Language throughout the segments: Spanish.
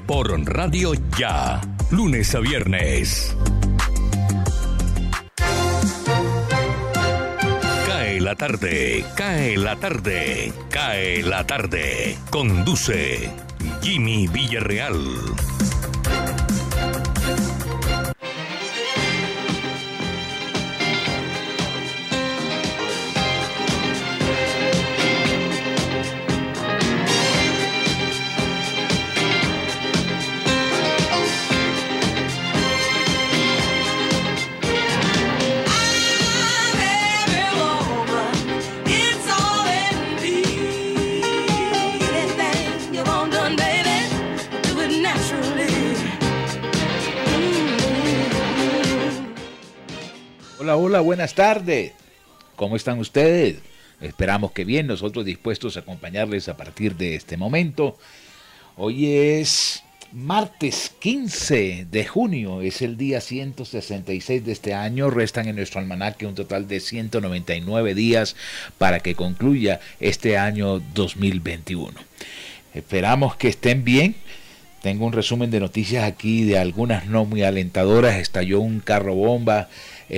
por Radio Ya, lunes a viernes. Cae la tarde, cae la tarde, cae la tarde. Conduce Jimmy Villarreal. Hola, buenas tardes. ¿Cómo están ustedes? Esperamos que bien, nosotros dispuestos a acompañarles a partir de este momento. Hoy es martes 15 de junio, es el día 166 de este año. Restan en nuestro almanaque un total de 199 días para que concluya este año 2021. Esperamos que estén bien. Tengo un resumen de noticias aquí de algunas no muy alentadoras. Estalló un carro bomba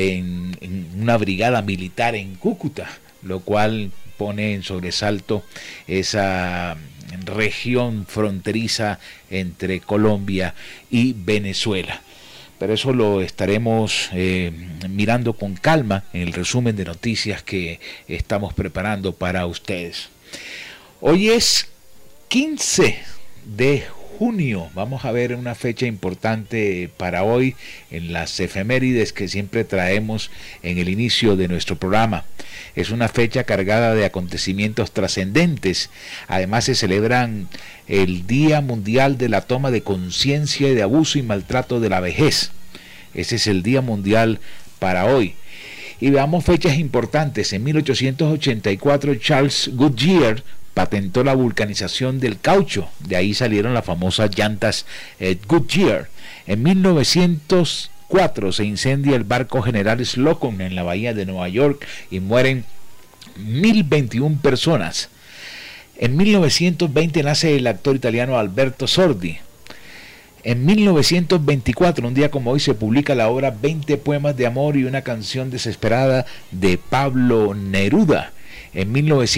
en una brigada militar en Cúcuta, lo cual pone en sobresalto esa región fronteriza entre Colombia y Venezuela. Pero eso lo estaremos mirando con calma en el resumen de noticias que estamos preparando para ustedes. Hoy es 15 de junio, vamos a ver una fecha importante para hoy en las efemérides que siempre traemos en el inicio de nuestro programa. Es una fecha cargada de acontecimientos trascendentes. Además se celebran el Día Mundial de la Toma de Conciencia de Abuso y Maltrato de la Vejez. Ese es el Día Mundial para hoy. Y veamos fechas importantes. En 1884 Charles Goodyear patentó la vulcanización del caucho, de ahí salieron las famosas llantas Goodyear. En 1904 se incendia el barco General Slocum en la bahía de Nueva York y mueren 1021 personas. En 1920 nace el actor italiano Alberto Sordi. En 1924, un día como hoy, se publica la obra 20 poemas de amor y una canción desesperada de Pablo Neruda. En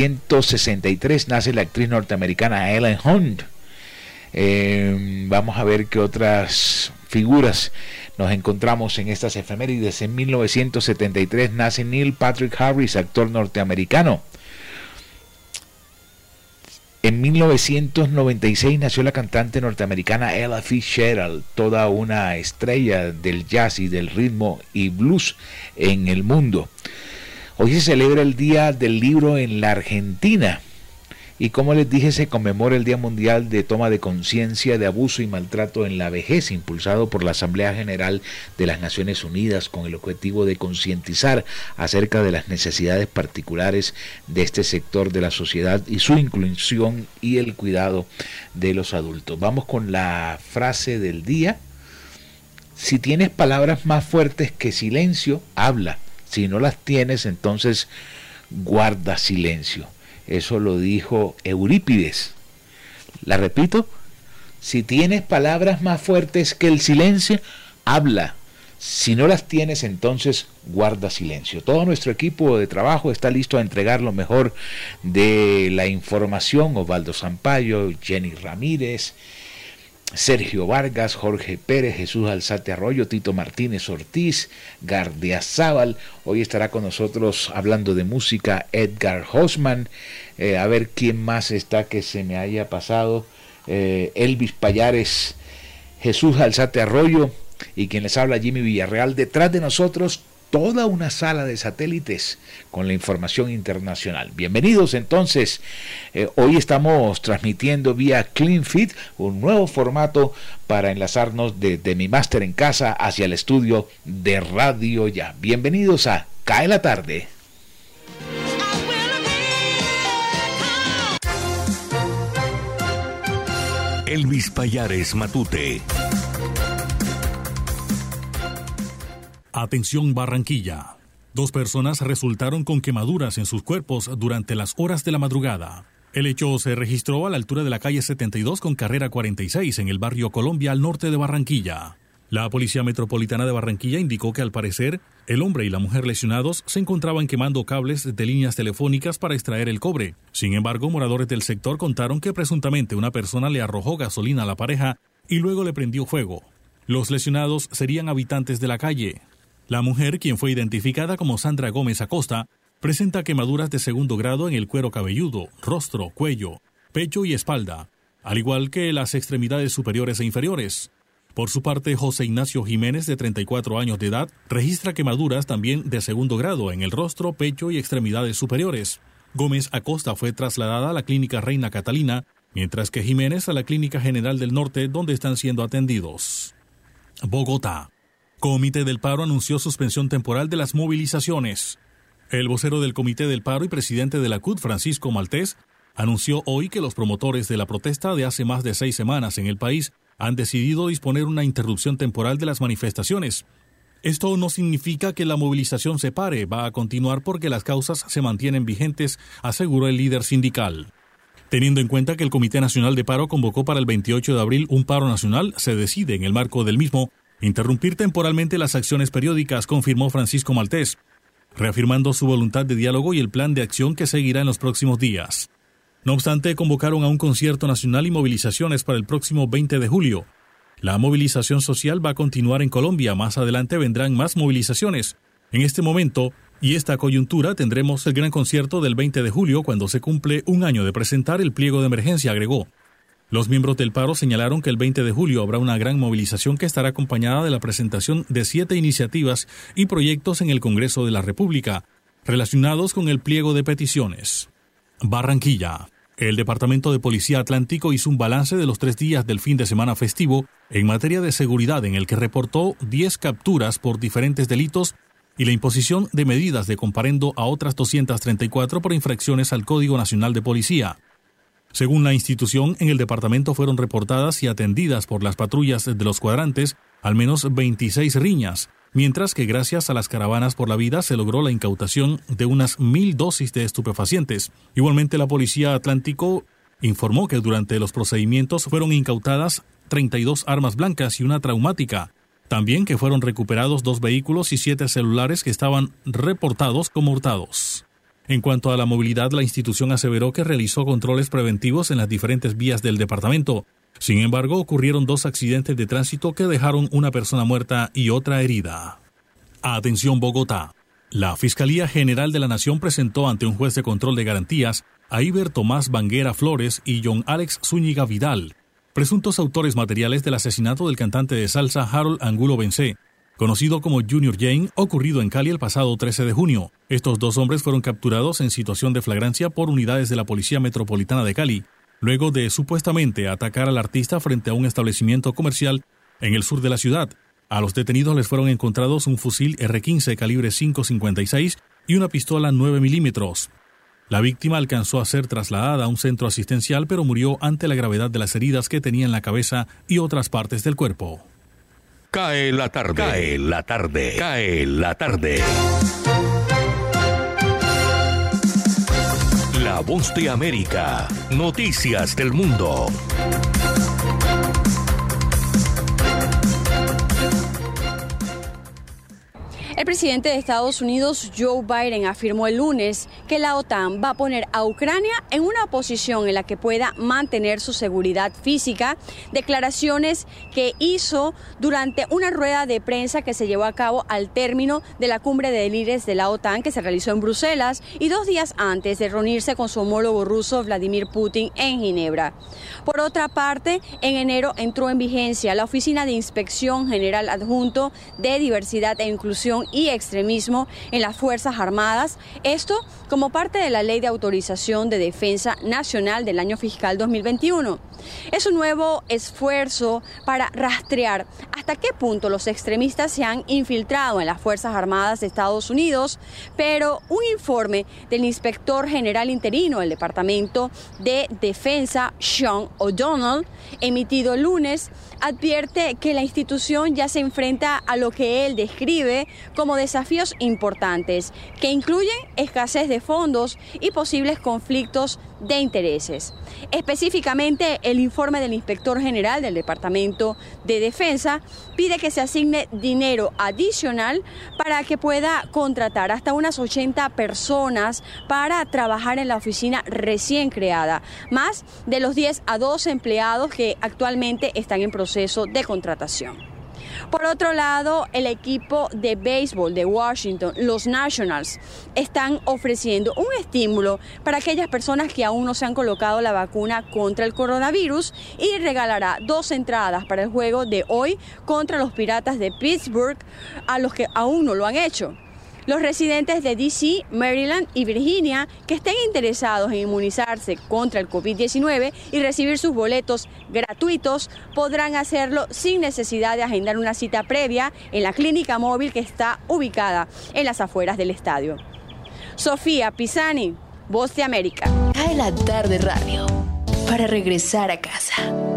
1963 nace la actriz norteamericana Helen Hunt. Vamos a ver qué otras figuras nos encontramos en estas efemérides. En 1973 nace Neil Patrick Harris, actor norteamericano. En 1996 nació la cantante norteamericana Ella Fitzgerald, toda una estrella del jazz y del ritmo y blues en el mundo. Hoy se celebra el Día del Libro en la Argentina y, como les dije, se conmemora el Día Mundial de Toma de Conciencia de Abuso y Maltrato en la Vejez, impulsado por la Asamblea General de las Naciones Unidas con el objetivo de concientizar acerca de las necesidades particulares de este sector de la sociedad y su inclusión y el cuidado de los adultos. Vamos con la frase del día. Si tienes palabras más fuertes que silencio, habla. Si no las tienes, entonces guarda silencio. Eso lo dijo Eurípides. La repito. Si tienes palabras más fuertes que el silencio, habla. Si no las tienes, entonces guarda silencio. Todo nuestro equipo de trabajo está listo a entregar lo mejor de la información. Osvaldo Sampaio, Jenny Ramírez, Sergio Vargas, Jorge Pérez, Jesús Alzate Arroyo, Tito Martínez Ortiz, Gardiazabal. Hoy estará con nosotros hablando de música Edgar Hosman. A ver quién más está que se me haya pasado. Elvis Payares, Jesús Alzate Arroyo y quien les habla, Jimmy Villarreal. Detrás de nosotros toda una sala de satélites con la información internacional. Bienvenidos entonces. Hoy estamos transmitiendo vía CleanFit, un nuevo formato para enlazarnos desde mi máster en casa hacia el estudio de Radio Ya. Bienvenidos a Cae la Tarde. Elvis Payares Matute. Atención Barranquilla. 2 personas resultaron con quemaduras en sus cuerpos durante las horas de la madrugada. El hecho se registró a la altura de la calle 72 con carrera 46 en el barrio Colombia al norte de Barranquilla. La Policía Metropolitana de Barranquilla indicó que al parecer el hombre y la mujer lesionados se encontraban quemando cables de líneas telefónicas para extraer el cobre. Sin embargo, moradores del sector contaron que presuntamente una persona le arrojó gasolina a la pareja y luego le prendió fuego. Los lesionados serían habitantes de la calle. La mujer, quien fue identificada como Sandra Gómez Acosta, presenta quemaduras de segundo grado en el cuero cabelludo, rostro, cuello, pecho y espalda, al igual que las extremidades superiores e inferiores. Por su parte, José Ignacio Jiménez, de 34 años de edad, registra quemaduras también de segundo grado en el rostro, pecho y extremidades superiores. Gómez Acosta fue trasladada a la clínica Reina Catalina, mientras que Jiménez a la Clínica General del Norte, donde están siendo atendidos. Bogotá. Comité del Paro anunció suspensión temporal de las movilizaciones. El vocero del Comité del Paro y presidente de la CUT, Francisco Maltés, anunció hoy que los promotores de la protesta de hace más de 6 semanas en el país han decidido disponer una interrupción temporal de las manifestaciones. Esto no significa que la movilización se pare, va a continuar porque las causas se mantienen vigentes, aseguró el líder sindical. Teniendo en cuenta que el Comité Nacional de Paro convocó para el 28 de abril un paro nacional, se decide en el marco del mismo interrumpir temporalmente las acciones periódicas, confirmó Francisco Maltés, reafirmando su voluntad de diálogo y el plan de acción que seguirá en los próximos días. No obstante, convocaron a un concierto nacional y movilizaciones para el próximo 20 de julio. La movilización social va a continuar en Colombia, más adelante vendrán más movilizaciones. En este momento y esta coyuntura tendremos el gran concierto del 20 de julio cuando se cumple un año de presentar el pliego de emergencia, agregó. Los miembros del paro señalaron que el 20 de julio habrá una gran movilización que estará acompañada de la presentación de 7 iniciativas y proyectos en el Congreso de la República, relacionados con el pliego de peticiones. Barranquilla. El Departamento de Policía Atlántico hizo un balance de los 3 días del fin de semana festivo en materia de seguridad, en el que reportó 10 capturas por diferentes delitos y la imposición de medidas de comparendo a otras 234 por infracciones al Código Nacional de Policía. Según la institución, en el departamento fueron reportadas y atendidas por las patrullas de los cuadrantes al menos 26 riñas, mientras que gracias a las caravanas por la vida se logró la incautación de unas 1.000 dosis de estupefacientes. Igualmente, la Policía Atlántico informó que durante los procedimientos fueron incautadas 32 armas blancas y una traumática. También que fueron recuperados 2 vehículos y 7 celulares que estaban reportados como hurtados. En cuanto a la movilidad, la institución aseveró que realizó controles preventivos en las diferentes vías del departamento. Sin embargo, ocurrieron 2 accidentes de tránsito que dejaron una persona muerta y otra herida. Atención Bogotá. La Fiscalía General de la Nación presentó ante un juez de control de garantías a Iber Tomás Banguera Flores y John Alex Zúñiga Vidal, presuntos autores materiales del asesinato del cantante de salsa Harold Angulo Benzé, conocido como Junior Jane, ocurrido en Cali el pasado 13 de junio. Estos 2 hombres fueron capturados en situación de flagrancia por unidades de la Policía Metropolitana de Cali, luego de supuestamente atacar al artista frente a un establecimiento comercial en el sur de la ciudad. A los detenidos les fueron encontrados un fusil R-15 calibre .556 y una pistola 9 milímetros. La víctima alcanzó a ser trasladada a un centro asistencial, pero murió ante la gravedad de las heridas que tenía en la cabeza y otras partes del cuerpo. Cae la tarde, cae la tarde, cae la tarde. La Voz de América. Noticias del mundo. El presidente de Estados Unidos, Joe Biden, afirmó el lunes que la OTAN va a poner a Ucrania en una posición en la que pueda mantener su seguridad física, declaraciones que hizo durante una rueda de prensa que se llevó a cabo al término de la cumbre de líderes de la OTAN que se realizó en Bruselas y 2 días antes de reunirse con su homólogo ruso Vladimir Putin en Ginebra. Por otra parte, en enero entró en vigencia la Oficina de Inspección General Adjunto de Diversidad e Inclusión y Extremismo en las Fuerzas Armadas, esto como parte de la Ley de Autorización de Defensa Nacional del año fiscal 2021. Es un nuevo esfuerzo para rastrear hasta qué punto los extremistas se han infiltrado en las Fuerzas Armadas de Estados Unidos, pero un informe del inspector general interino del Departamento de Defensa, Sean O'Donnell, emitido el lunes, advierte que la institución ya se enfrenta a lo que él describe como desafíos importantes, que incluyen escasez de fondos y posibles conflictos de intereses. Específicamente, el informe del Inspector General del Departamento de Defensa pide que se asigne dinero adicional para que pueda contratar hasta unas 80 personas para trabajar en la oficina recién creada, más de los 10 a 12 empleados que actualmente están en proceso de contratación. Por otro lado, el equipo de béisbol de Washington, los Nationals, están ofreciendo un estímulo para aquellas personas que aún no se han colocado la vacuna contra el coronavirus y regalará 2 entradas para el juego de hoy contra los Piratas de Pittsburgh a los que aún no lo han hecho. Los residentes de D.C., Maryland y Virginia que estén interesados en inmunizarse contra el COVID-19 y recibir sus boletos gratuitos podrán hacerlo sin necesidad de agendar una cita previa en la clínica móvil que está ubicada en las afueras del estadio. Sofía Pisani, Voz de América. Cae la tarde radio para regresar a casa.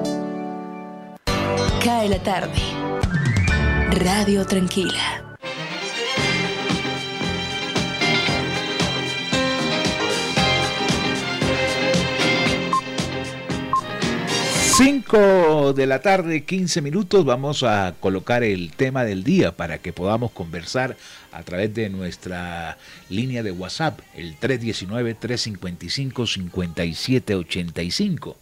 Cae la tarde. Radio tranquila. 5 de la tarde, 15 minutos. Vamos a colocar el tema del día para que podamos conversar a través de nuestra línea de WhatsApp, el 319-355-5785.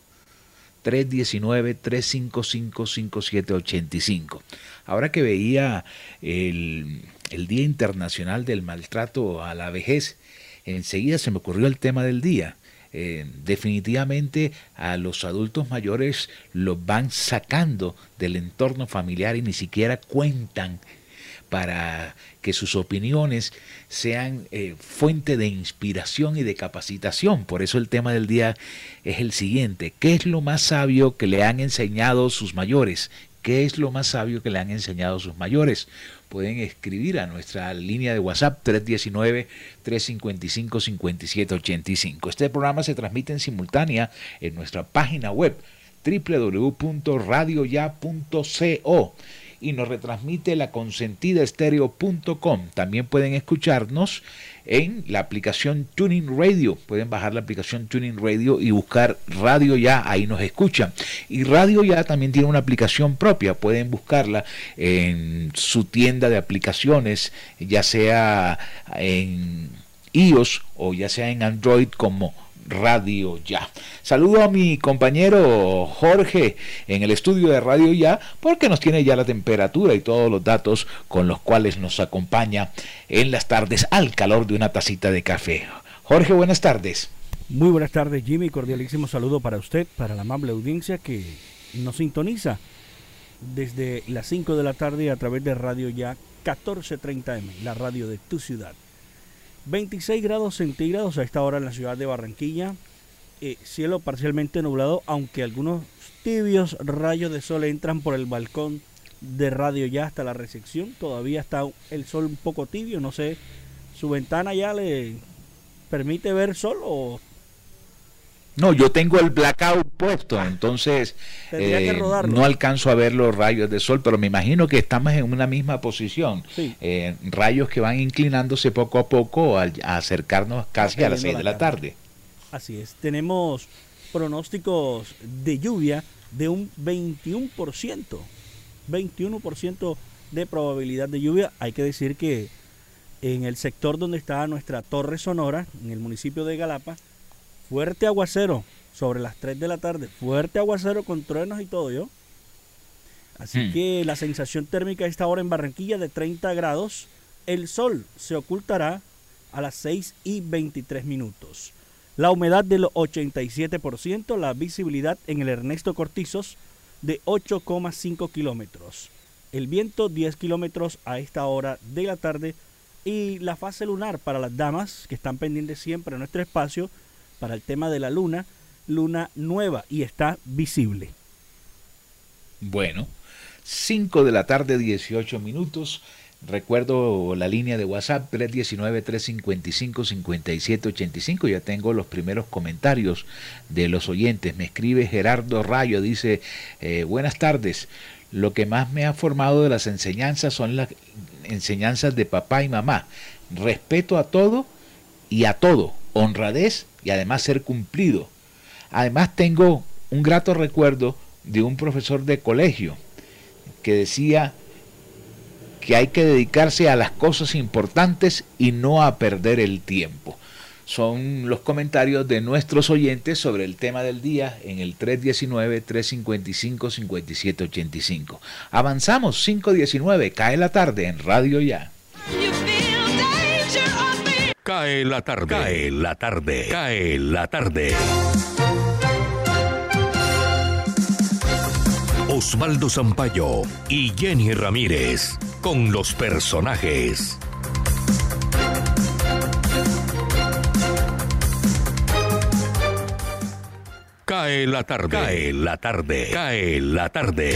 319-355-5785. Ahora que veía el Día Internacional del Maltrato a la Vejez, enseguida se me ocurrió el tema del día. Definitivamente a los adultos mayores los van sacando del entorno familiar y ni siquiera cuentan para que sus opiniones sean fuente de inspiración y de capacitación. Por eso el tema del día es el siguiente: ¿qué es lo más sabio que le han enseñado sus mayores? ¿Qué es lo más sabio que le han enseñado sus mayores? Pueden escribir a nuestra línea de WhatsApp 319-355-5785. Este programa se transmite en simultánea en nuestra página web www.radioya.co y nos retransmite laconsentidaestereo.com. También pueden escucharnos en la aplicación Tuning Radio. Pueden bajar la aplicación Tuning Radio y buscar Radio Ya, ahí nos escuchan. Y Radio Ya también tiene una aplicación propia, pueden buscarla en su tienda de aplicaciones, ya sea en iOS o ya sea en Android como Radio Ya. Saludo a mi compañero Jorge en el estudio de Radio Ya, porque nos tiene ya la temperatura y todos los datos con los cuales nos acompaña en las tardes al calor de una tacita de café. Jorge, buenas tardes. Muy buenas tardes, Jimmy. Cordialísimo saludo para usted, para la amable audiencia que nos sintoniza desde las 5 de la tarde a través de Radio Ya 1430M, la radio de tu ciudad. 26 grados centígrados a esta hora en la ciudad de Barranquilla, cielo parcialmente nublado, aunque algunos tibios rayos de sol entran por el balcón de Radio Ya hasta la recepción. Todavía está el sol un poco tibio, no sé, ¿su ventana ya le permite ver sol o...? No, yo tengo el blackout puesto, entonces no alcanzo a ver los rayos de sol, pero me imagino que estamos en una misma posición. Sí. Rayos que van inclinándose poco a poco al acercarnos casi a las 6 de la tarde. Así es, tenemos pronósticos de lluvia de un 21% de probabilidad de lluvia. Hay que decir que en el sector donde está nuestra Torre Sonora, en el municipio de Galapa, fuerte aguacero sobre las 3 de la tarde, fuerte aguacero con truenos y todo, ¿yo? Así que la sensación térmica a esta hora en Barranquilla de 30 grados, el sol se ocultará a las 6:23. La humedad del 87%, la visibilidad en el Ernesto Cortizos de 8,5 kilómetros. El viento 10 kilómetros a esta hora de la tarde y la fase lunar para las damas que están pendientes siempre en nuestro espacio para el tema de la luna nueva y está visible. Bueno, 5 de la tarde, 18 minutos. Recuerdo la línea de WhatsApp 319-355-5785. Ya tengo los primeros comentarios de los oyentes. Me escribe Gerardo Rayo, dice, buenas tardes. Lo que más me ha formado de las enseñanzas son las enseñanzas de papá y mamá. Respeto a todo y a todo. Honradez y además ser cumplido. Además tengo un grato recuerdo de un profesor de colegio que decía que hay que dedicarse a las cosas importantes y no a perder el tiempo. Son los comentarios de nuestros oyentes sobre el tema del día en el 319-355-5785. Avanzamos, 5:19, cae la tarde en Radio Ya. Cae la tarde, cae la tarde, cae la tarde. Osvaldo Sampaio y Jenny Ramírez con los personajes. Cae la tarde, cae la tarde, cae la tarde.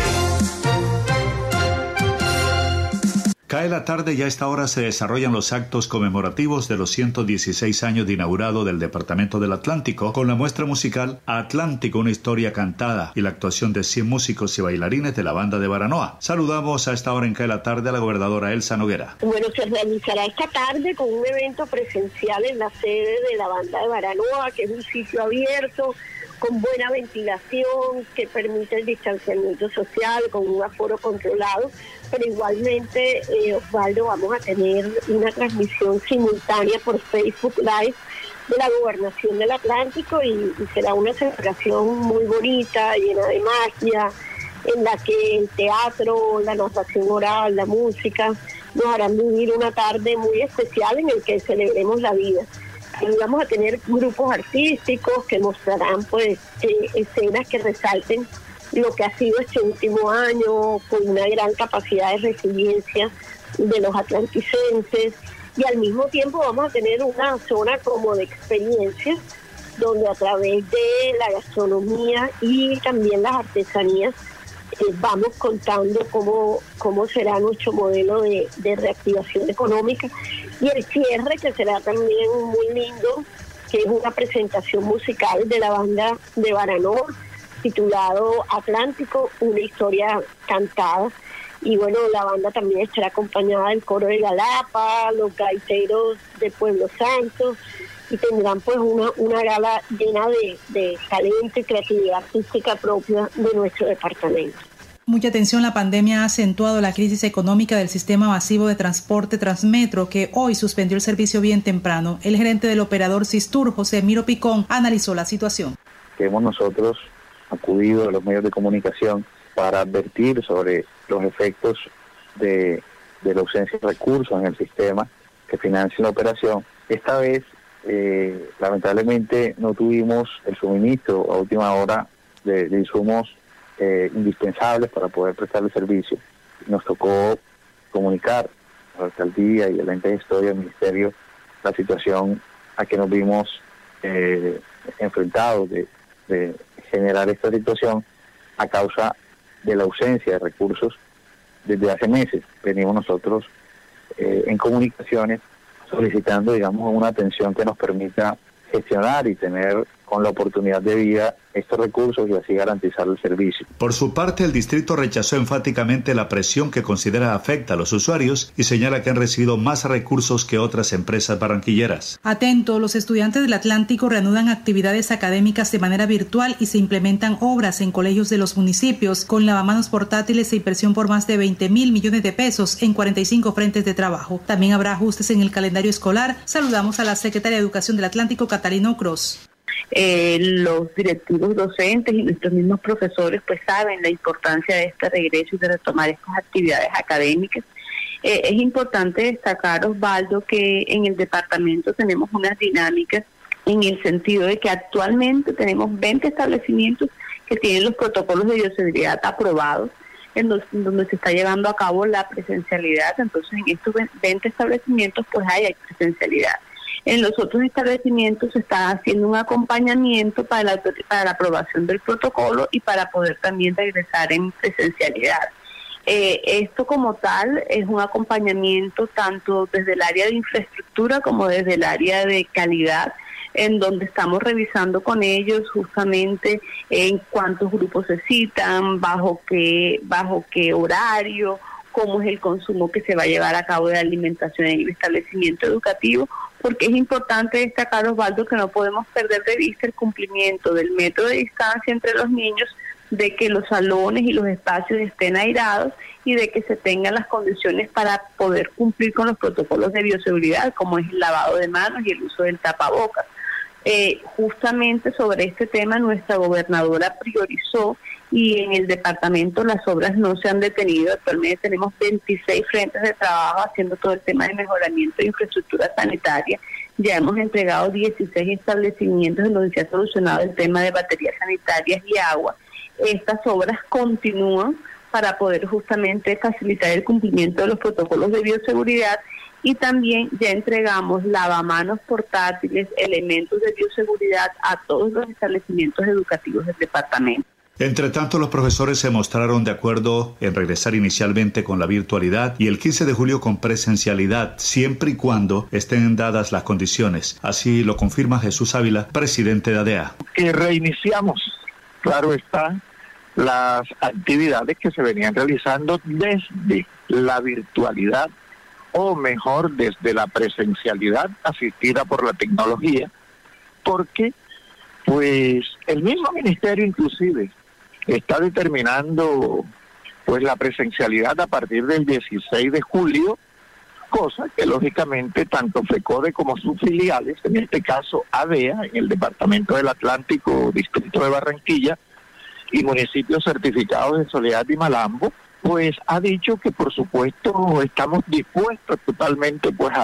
Cae la tarde y a esta hora se desarrollan los actos conmemorativos de los 116 años de inaugurado del Departamento del Atlántico, con la muestra musical Atlántico, una historia cantada, y la actuación de 100 músicos y bailarines de la banda de Baranoa. Saludamos a esta hora en Cae la tarde a la gobernadora Elsa Noguera. Bueno, se realizará esta tarde con un evento presencial en la sede de la banda de Baranoa, que es un sitio abierto, con buena ventilación, que permite el distanciamiento social, con un aforo controlado, pero igualmente, Osvaldo, vamos a tener una transmisión simultánea por Facebook Live de la Gobernación del Atlántico y será una celebración muy bonita, llena de magia, en la que el teatro, la narración oral, la música nos harán vivir una tarde muy especial en el que celebremos la vida. Y vamos a tener grupos artísticos que mostrarán pues escenas que resalten lo que ha sido este último año, con una gran capacidad de resiliencia de los atlanticenses, y al mismo tiempo vamos a tener una zona como de experiencias donde a través de la gastronomía y también las artesanías vamos contando cómo será nuestro modelo de reactivación económica, y el cierre, que será también muy lindo, que es una presentación musical de la banda de Baranoa titulado Atlántico, una historia cantada. Y bueno, la banda también estará acompañada del coro de Galapa, los gaiteros de Pueblo Santo, y tendrán pues una gala llena de talento y creatividad artística propia de nuestro departamento. Mucha atención, la pandemia ha acentuado la crisis económica del sistema masivo de transporte Transmetro, que hoy suspendió el servicio bien temprano. El gerente del operador Sistur, José Emiro Picón, analizó la situación. Hemos nosotros acudido a los medios de comunicación para advertir sobre los efectos de la ausencia de recursos en el sistema que financia la operación. Esta vez, lamentablemente, no tuvimos el suministro a última hora de insumos indispensables para poder prestar el servicio. Nos tocó comunicar a la alcaldía y al ente de gestor y al ministerio la situación a que nos vimos enfrentados de generar esta situación a causa de la ausencia de recursos. Desde hace meses venimos nosotros en comunicaciones solicitando, digamos, una atención que nos permita gestionar y tener con la oportunidad de vida estos recursos y así garantizar el servicio. Por su parte, el distrito rechazó enfáticamente la presión que considera afecta a los usuarios y señala que han recibido más recursos que otras empresas barranquilleras. Atento, los estudiantes del Atlántico reanudan actividades académicas de manera virtual y se implementan obras en colegios de los municipios con lavamanos portátiles e inversión por más de 20.000 millones de pesos en 45 frentes de trabajo. También habrá ajustes en el calendario escolar. Saludamos a la secretaria de Educación del Atlántico, Catalina Ocros. Los directivos docentes y nuestros mismos profesores pues saben la importancia de este regreso y de retomar estas actividades académicas. Es importante destacar, Osvaldo, que en el departamento tenemos unas dinámicas en el sentido de que actualmente tenemos 20 establecimientos que tienen los protocolos de bioseguridad aprobados, en donde se está llevando a cabo la presencialidad. Entonces, en estos 20 establecimientos pues hay presencialidad. En los otros establecimientos se está haciendo un acompañamiento para la aprobación del protocolo y para poder también regresar en presencialidad. Esto como tal es un acompañamiento tanto desde el área de infraestructura como desde el área de calidad, en donde estamos revisando con ellos justamente en cuántos grupos se citan, bajo qué horario, cómo es el consumo que se va a llevar a cabo de alimentación en el establecimiento educativo, porque es importante destacar, Osvaldo, que no podemos perder de vista el cumplimiento del metro de distancia entre los niños, de que los salones y los espacios estén airados y de que se tengan las condiciones para poder cumplir con los protocolos de bioseguridad, como es el lavado de manos y el uso del tapabocas. Justamente sobre este tema nuestra gobernadora priorizó, y en el departamento las obras no se han detenido. Actualmente tenemos 26 frentes de trabajo haciendo todo el tema de mejoramiento de infraestructura sanitaria. Ya hemos entregado 16 establecimientos en donde se ha solucionado el tema de baterías sanitarias y agua. Estas obras continúan para poder justamente facilitar el cumplimiento de los protocolos de bioseguridad, y también ya entregamos lavamanos portátiles, elementos de bioseguridad a todos los establecimientos educativos del departamento. Entre tanto, los profesores se mostraron de acuerdo en regresar inicialmente con la virtualidad y el 15 de julio con presencialidad, siempre y cuando estén dadas las condiciones. Así lo confirma Jesús Ávila, presidente de ADEA. Que reiniciamos, claro está, las actividades que se venían realizando desde la virtualidad, o mejor, desde la presencialidad asistida por la tecnología, porque pues el mismo ministerio inclusive está determinando pues la presencialidad a partir del 16 de julio, cosa que lógicamente tanto FECODE como sus filiales, en este caso ADEA, en el Departamento del Atlántico, Distrito de Barranquilla, y municipios certificados de Soledad y Malambo, pues ha dicho que por supuesto estamos dispuestos totalmente pues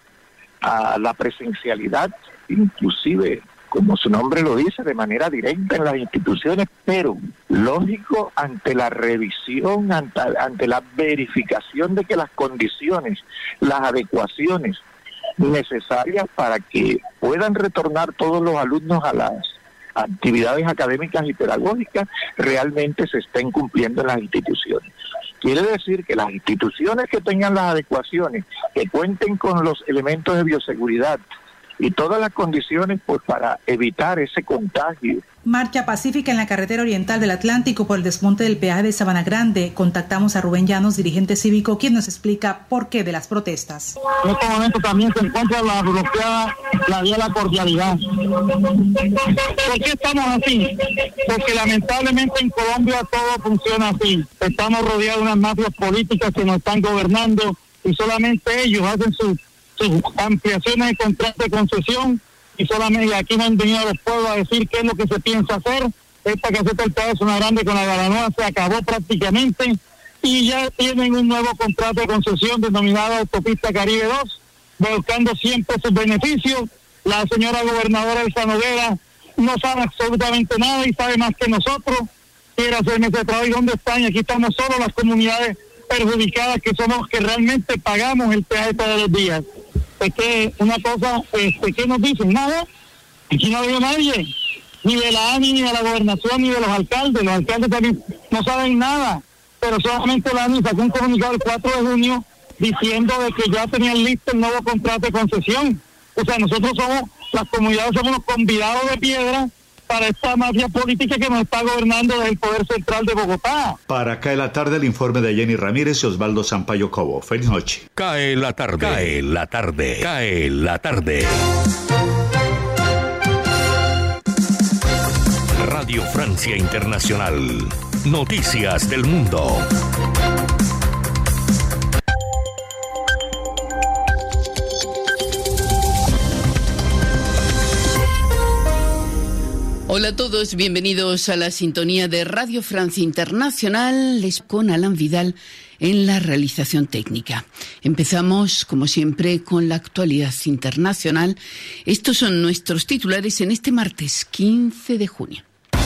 a la presencialidad, inclusive como su nombre lo dice, de manera directa en las instituciones, pero lógico ante la revisión, ante la verificación de que las condiciones, las adecuaciones necesarias para que puedan retornar todos los alumnos a las actividades académicas y pedagógicas realmente se estén cumpliendo en las instituciones. Quiere decir que las instituciones que tengan las adecuaciones, que cuenten con los elementos de bioseguridad y todas las condiciones pues para evitar ese contagio. Marcha pacífica en la carretera oriental del Atlántico por el desmonte del peaje de Sabana Grande. Contactamos a Rubén Llanos, dirigente cívico, quien nos explica por qué de las protestas. En este momento también se encuentra bloqueada la vía de la cordialidad. ¿Por qué estamos así? Porque lamentablemente en Colombia todo funciona así. Estamos rodeados de unas mafias políticas que nos están gobernando y solamente ellos hacen sus ampliaciones de contrato de concesión y solamente aquí no han venido a los pueblos a decir qué es lo que se piensa hacer. Esta caseta del peaje de Sabana Grande con la Baranoa se acabó prácticamente y ya tienen un nuevo contrato de concesión denominado Autopista Caribe 2, buscando siempre sus beneficios. La señora gobernadora Elsa Noguera no sabe absolutamente nada y sabe más que nosotros. Quiere hacerme ese trabajo. ¿Y dónde están? Y aquí estamos solo las comunidades perjudicadas que somos, que realmente pagamos el peaje todos los días. Es que una cosa, ¿qué nos dicen? Nada. Aquí no veo nadie, ni de la ANI, ni de la gobernación, ni de los alcaldes. Los alcaldes también no saben nada, pero solamente la ANI sacó un comunicado el 4 de junio diciendo de que ya tenían listo el nuevo contrato de concesión. O sea, nosotros somos, las comunidades somos los convidados de piedra para esta mafia política que nos está gobernando desde el Poder Central de Bogotá. Para Cae la Tarde, el informe de Jenny Ramírez y Osvaldo Sampaio Cobo. Feliz noche. Cae la tarde, cae la tarde, cae la tarde. Radio Francia Internacional. Noticias del mundo. Hola a todos, bienvenidos a la sintonía de Radio Francia Internacional, con Alan Vidal en la realización técnica. Empezamos, como siempre, con la actualidad internacional. Estos son nuestros titulares en este martes 15 de junio.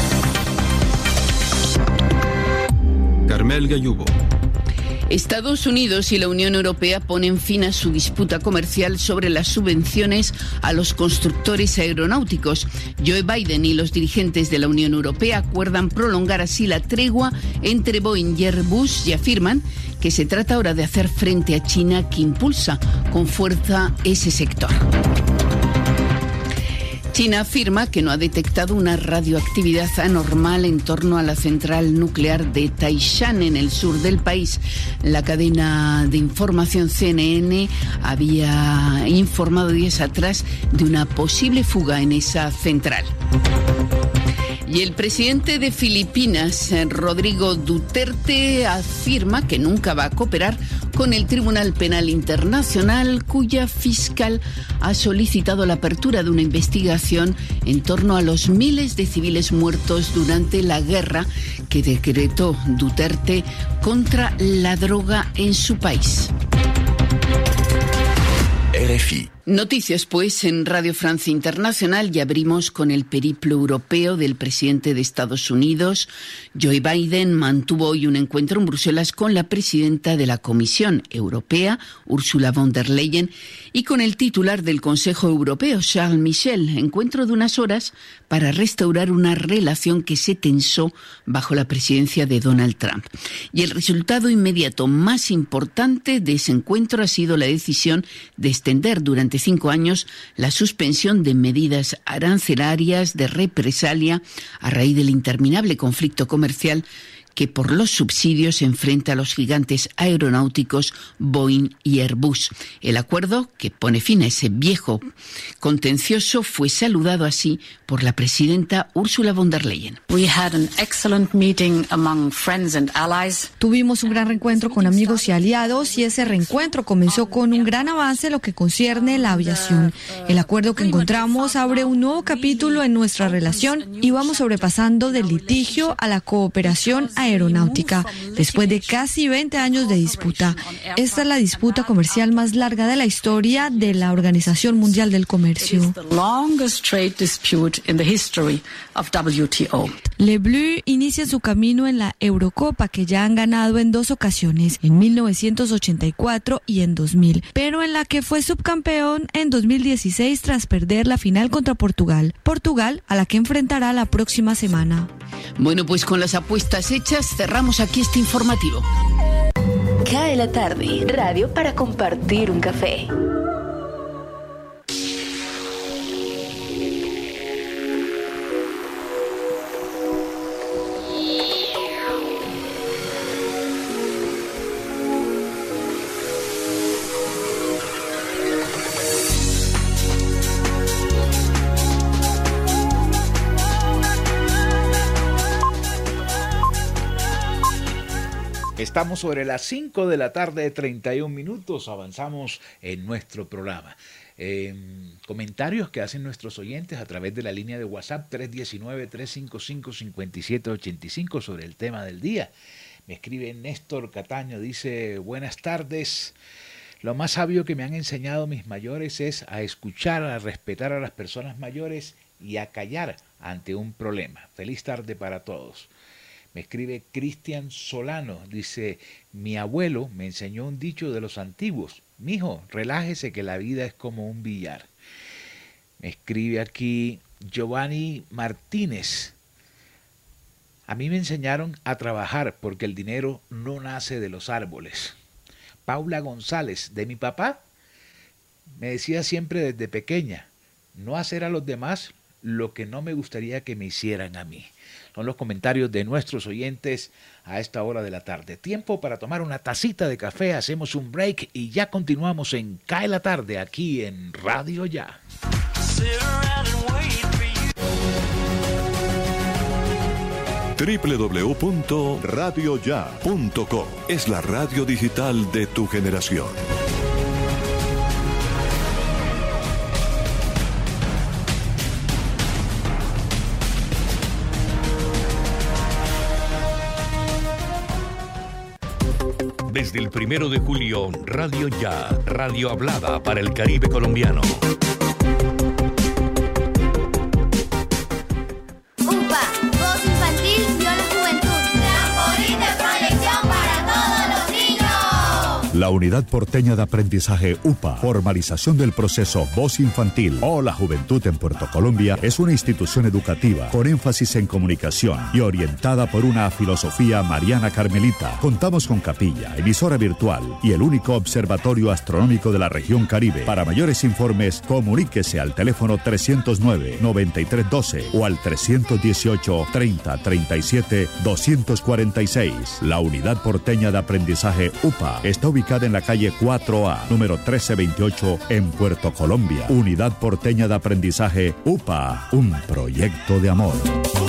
Carmel Gallubo. Estados Unidos y la Unión Europea ponen fin a su disputa comercial sobre las subvenciones a los constructores aeronáuticos. Joe Biden y los dirigentes de la Unión Europea acuerdan prolongar así la tregua entre Boeing y Airbus y afirman que se trata ahora de hacer frente a China, que impulsa con fuerza ese sector. China afirma que no ha detectado una radioactividad anormal en torno a la central nuclear de Taishan, en el sur del país. La cadena de información CNN había informado días atrás de una posible fuga en esa central. Y el presidente de Filipinas, Rodrigo Duterte, afirma que nunca va a cooperar con el Tribunal Penal Internacional, cuya fiscal ha solicitado la apertura de una investigación en torno a los miles de civiles muertos durante la guerra que decretó Duterte contra la droga en su país. RFI. Noticias, pues, en Radio Francia Internacional, y abrimos con el periplo europeo del presidente de Estados Unidos. Joe Biden mantuvo hoy un encuentro en Bruselas con la presidenta de la Comisión Europea, Ursula von der Leyen, y con el titular del Consejo Europeo, Charles Michel. Encuentro de unas horas para restaurar una relación que se tensó bajo la presidencia de Donald Trump. Y el resultado inmediato más importante de ese encuentro ha sido la decisión de extender durante 5 años la suspensión de medidas arancelarias de represalia a raíz del interminable conflicto comercial que por los subsidios enfrenta a los gigantes aeronáuticos Boeing y Airbus. El acuerdo, que pone fin a ese viejo contencioso, fue saludado así por la presidenta Ursula von der Leyen. Tuvimos un gran reencuentro con amigos y aliados, y ese reencuentro comenzó con un gran avance en lo que concierne la aviación. El acuerdo que encontramos abre un nuevo capítulo en nuestra relación y vamos sobrepasando del litigio a la cooperación aeronáutica, después de casi 20 años de disputa. Esta es la disputa comercial más larga de la historia de la Organización Mundial del Comercio. Le Bleu inicia su camino en la Eurocopa, que ya han ganado en 2 ocasiones, en 1984 y en 2000, pero en la que fue subcampeón en 2016 tras perder la final contra Portugal, a la que enfrentará la próxima semana. Bueno, pues con las apuestas hechas, cerramos aquí este informativo. Cae la tarde, radio para compartir un café. Estamos sobre las 5 de la tarde, 31 minutos, avanzamos en nuestro programa. Comentarios que hacen nuestros oyentes a través de la línea de WhatsApp 319-355-5785 sobre el tema del día. Me escribe Néstor Cataño, dice: buenas tardes. Lo más sabio que me han enseñado mis mayores es a escuchar, a respetar a las personas mayores y a callar ante un problema. Feliz tarde para todos. Me escribe Cristian Solano, dice: mi abuelo me enseñó un dicho de los antiguos: mijo, relájese que la vida es como un billar. Me escribe aquí Giovanni Martínez: a mí me enseñaron a trabajar porque el dinero no nace de los árboles. Paula González: de mi papá me decía siempre desde pequeña no hacer a los demás lo que no me gustaría que me hicieran a mí. Son los comentarios de nuestros oyentes a esta hora de la tarde. Tiempo para tomar una tacita de café, hacemos un break y ya continuamos en Cae la Tarde aquí en Radio Ya. www.radioya.com es la radio digital de tu generación. Desde el 1 de julio, Radio Ya, radio hablada para el Caribe colombiano. UPA, Voz Infantil, Vio la Juventud. Trampolín de proyección para todos los niños. La Unidad Porteña de Aprendizaje UPA, formalización del proceso Voz Infantil o la Juventud en Puerto Colombia, es una institución educativa con énfasis en comunicación y orientada por una filosofía mariana carmelita. Contamos con capilla, emisora virtual y el único observatorio astronómico de la región Caribe. Para mayores informes, comuníquese al teléfono 309-9312 o al 318-3037-246. La Unidad Porteña de Aprendizaje UPA está ubicada en la calle 4A, número 1328, en Puerto Colombia. Unidad Porteña de Aprendizaje UPA, un proyecto de amor.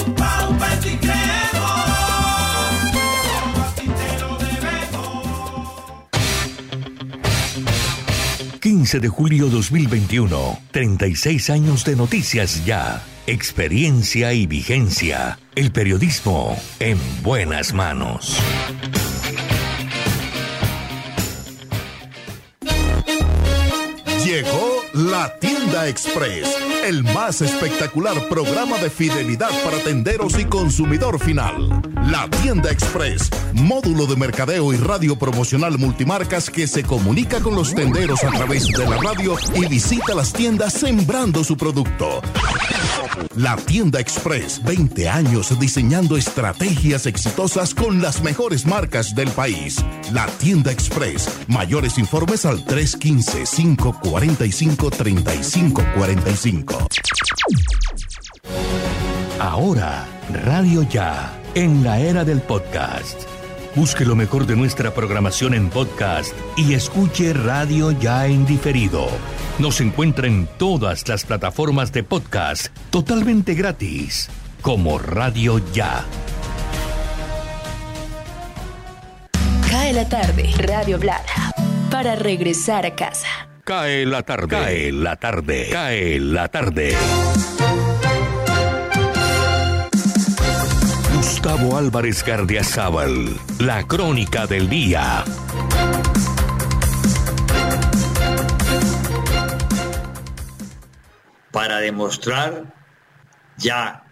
15 de julio 2021, 36 años de Noticias Ya, experiencia y vigencia. El periodismo en buenas manos. Llegó La Tienda Express, el más espectacular programa de fidelidad para tenderos y consumidor final. La Tienda Express, módulo de mercadeo y radio promocional multimarcas que se comunica con los tenderos a través de la radio y visita las tiendas sembrando su producto. La Tienda Express, 20 años diseñando estrategias exitosas con las mejores marcas del país. La Tienda Express, mayores informes al 315-545-3545. Ahora, Radio Ya, en la era del podcast. Busque lo mejor de nuestra programación en podcast y escuche Radio Ya en diferido. Nos encuentra en todas las plataformas de podcast totalmente gratis, como Radio Ya. Cae la tarde, Radio Blada, para regresar a casa. Cae la tarde, cae la tarde, cae la tarde. Gustavo Álvarez Gardiazabal, la crónica del día. Para demostrar ya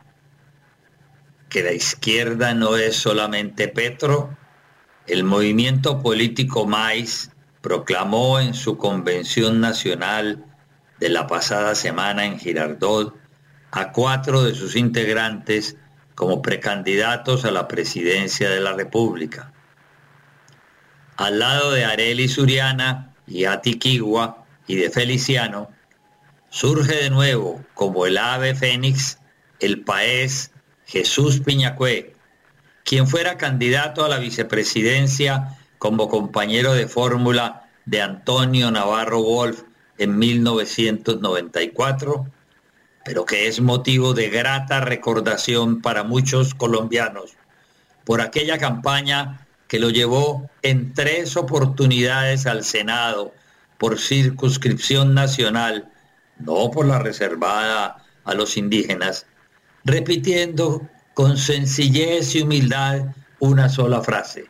que la izquierda no es solamente Petro, el movimiento político MAIS proclamó en su convención nacional de la pasada semana en Girardot a 4 de sus integrantes como precandidatos a la presidencia de la República. Al lado de Arely Suriana y Ati Quigua y de Feliciano, surge de nuevo como el ave fénix el paez Jesús Piñacue, quien fuera candidato a la vicepresidencia como compañero de fórmula de Antonio Navarro Wolf en 1994, pero que es motivo de grata recordación para muchos colombianos por aquella campaña que lo llevó en 3 oportunidades al Senado por circunscripción nacional, no por la reservada a los indígenas, repitiendo con sencillez y humildad una sola frase: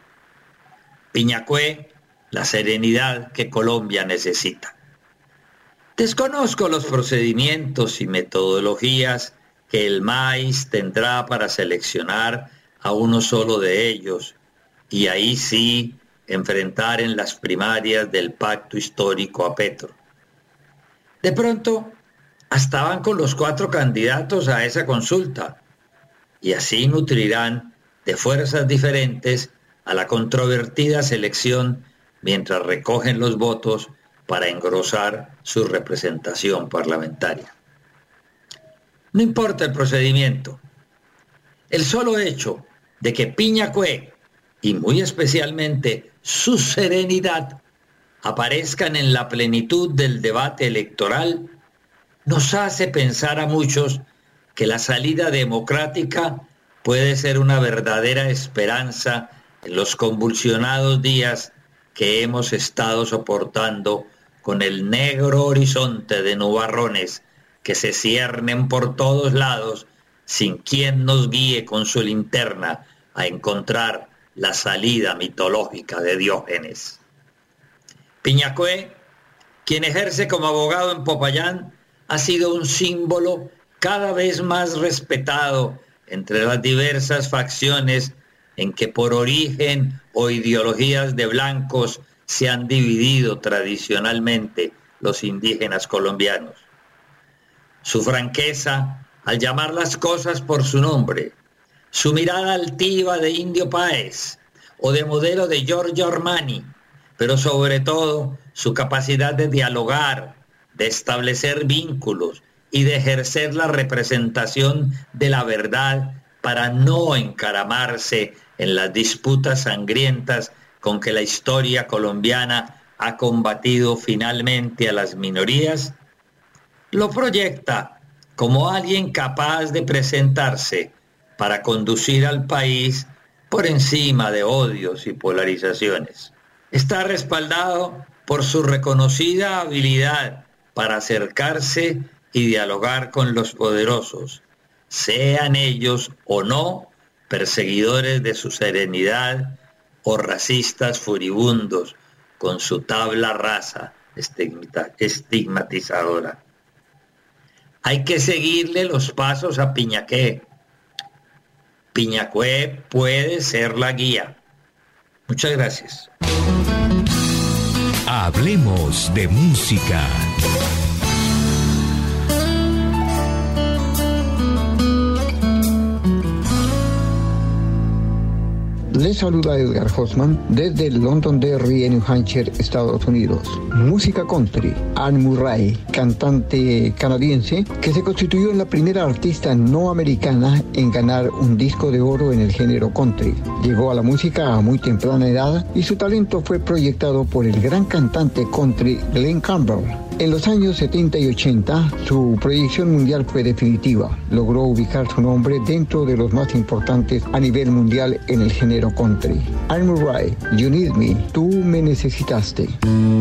Piñacue, la serenidad que Colombia necesita. Desconozco los procedimientos y metodologías que el MAIS tendrá para seleccionar a uno solo de ellos y ahí sí enfrentar en las primarias del pacto histórico a Petro. De pronto, hasta van con los 4 candidatos a esa consulta y así nutrirán de fuerzas diferentes a la controvertida selección mientras recogen los votos para engrosar su representación parlamentaria. No importa el procedimiento. El solo hecho de que Piñacue, y muy especialmente su serenidad, aparezcan en la plenitud del debate electoral, nos hace pensar a muchos que la salida democrática puede ser una verdadera esperanza en los convulsionados días que hemos estado soportando con el negro horizonte de nubarrones que se ciernen por todos lados sin quien nos guíe con su linterna a encontrar la salida mitológica de Diógenes. Piñacue, quien ejerce como abogado en Popayán, ha sido un símbolo cada vez más respetado entre las diversas facciones en que por origen o ideologías de blancos se han dividido tradicionalmente los indígenas colombianos. Su franqueza al llamar las cosas por su nombre, su mirada altiva de Indio Páez o de modelo de Giorgio Armani, pero sobre todo su capacidad de dialogar, de establecer vínculos y de ejercer la representación de la verdad para no encaramarse en las disputas sangrientas con que la historia colombiana ha combatido finalmente a las minorías, lo proyecta como alguien capaz de presentarse para conducir al país por encima de odios y polarizaciones. Está respaldado por su reconocida habilidad para acercarse y dialogar con los poderosos, sean ellos o no perseguidores de su serenidad o racistas furibundos con su tabla rasa estigmatizadora. Hay que seguirle los pasos a Piñaqué. Piñacué puede ser la guía. Muchas gracias. Hablemos de música. Les saluda Edgar Hoffman desde Londonderry, New Hampshire, Estados Unidos. Música country. Anne Murray, cantante canadiense, que se constituyó en la primera artista no americana en ganar un disco de oro en el género country. Llegó a la música a muy temprana edad y su talento fue proyectado por el gran cantante country Glen Campbell. En los años 70 y 80, su proyección mundial fue definitiva. Logró ubicar su nombre dentro de los más importantes a nivel mundial en el género country. Anne Murray, You Need Me, Tú me necesitaste.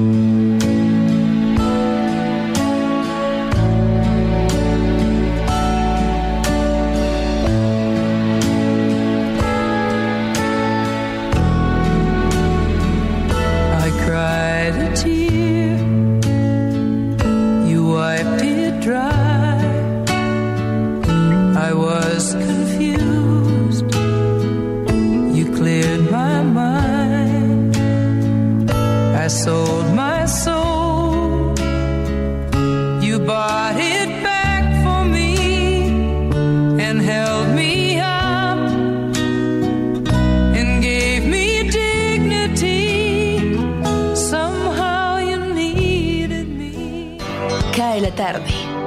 Cae la tarde.